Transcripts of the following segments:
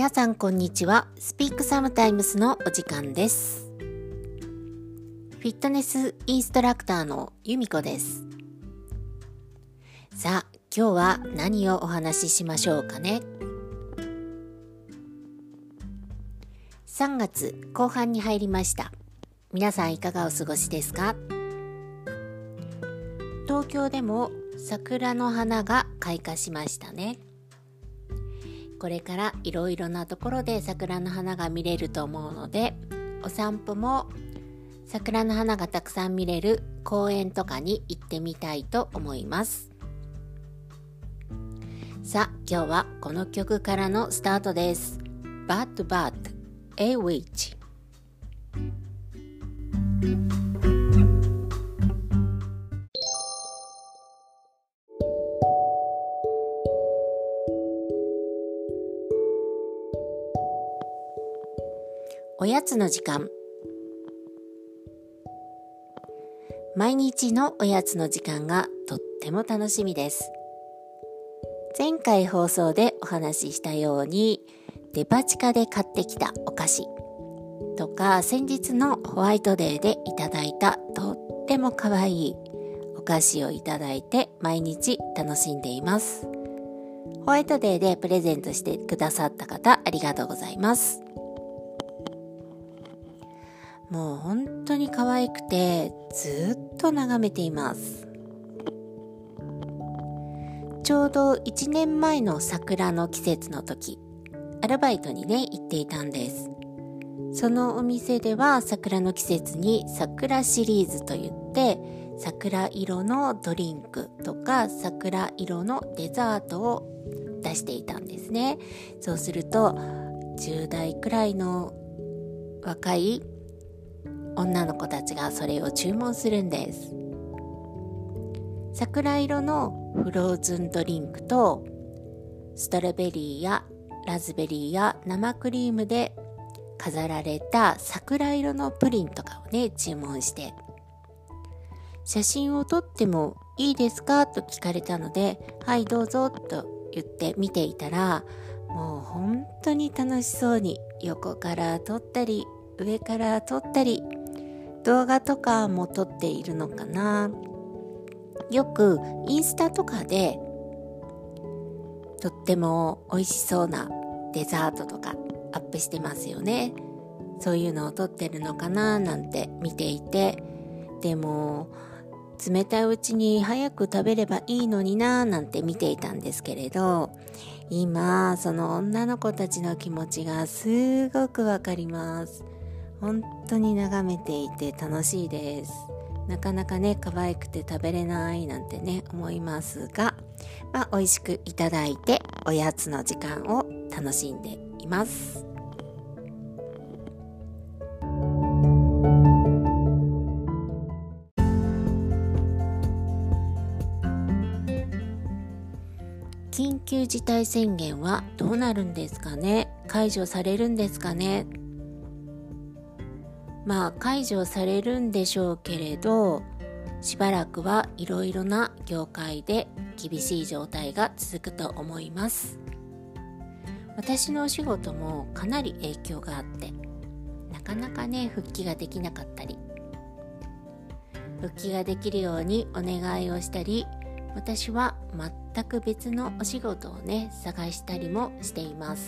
皆さんこんにちは。スピークサムタイムスのお時間です。フィットネスインストラクターの由美子です。さあ、今日は何をお話ししましょうかね。3月後半に入りました。皆さんいかがお過ごしですか？東京でも桜の花が開花しましたね。これからいろいろなところで桜の花が見れると思うので、お散歩も桜の花がたくさん見れる公園とかに行ってみたいと思います。さあ、今日はこの曲からのスタートです。Bad Bad A Witch。おやつの時間。毎日のおやつの時間がとっても楽しみです。前回放送でお話ししたように、デパ地下で買ってきたお菓子とか、先日のホワイトデーでいただいたとっても可愛いお菓子をいただいて毎日楽しんでいます。ホワイトデーでプレゼントしてくださった方、ありがとうございます。もう本当に可愛くてずっと眺めています。ちょうど1年前の桜の季節の時、アルバイトにね行っていたんです。そのお店では桜の季節に桜シリーズといって、桜色のドリンクとか桜色のデザートを出していたんですね。そうすると10代くらいの若い女の子たちがそれを注文するんです。桜色のフローズンドリンクとストロベリーやラズベリーや生クリームで飾られた桜色のプリンとかをね注文して、写真を撮ってもいいですかと聞かれたので、はいどうぞと言って見ていたら、もう本当に楽しそうに横から撮ったり上から撮ったり動画とかも撮っているのかな。よくインスタとかでとっても美味しそうなデザートとかアップしてますよね。そういうのを撮ってるのかななんて見ていて、でも冷たいうちに早く食べればいいのにななんて見ていたんですけれど、今その女の子たちの気持ちがすごくわかります。本当に眺めていて楽しいです。なかなかね可愛くて食べれないなんてね思いますが、美味しくいただいておやつの時間を楽しんでいます。緊急事態宣言はどうなるんですかね。解除されるんですかね。解除されるんでしょうけれど、しばらくはいろいろな業界で厳しい状態が続くと思います。私のお仕事もかなり影響があって、なかなかね復帰ができなかったり、復帰ができるようにお願いをしたり、私は全く別のお仕事をね探したりもしています。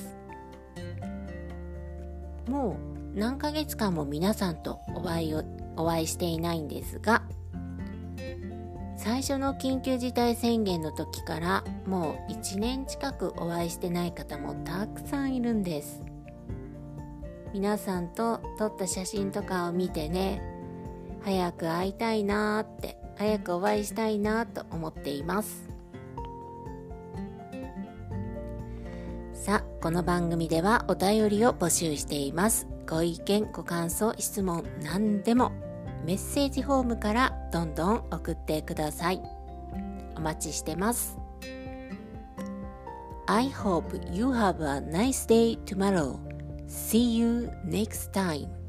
もう何ヶ月間も皆さんとお会いしていないんですが、最初の緊急事態宣言の時からもう1年近くお会いしてない方もたくさんいるんです。皆さんと撮った写真とかを見てね、早く会いたいなーって、早くお会いしたいなと思っています。さあ、この番組ではお便りを募集しています。ご意見、ご感想、質問、何でもメッセージフォームからどんどん送ってください。お待ちしてます。I hope you have a nice day tomorrow. See you next time.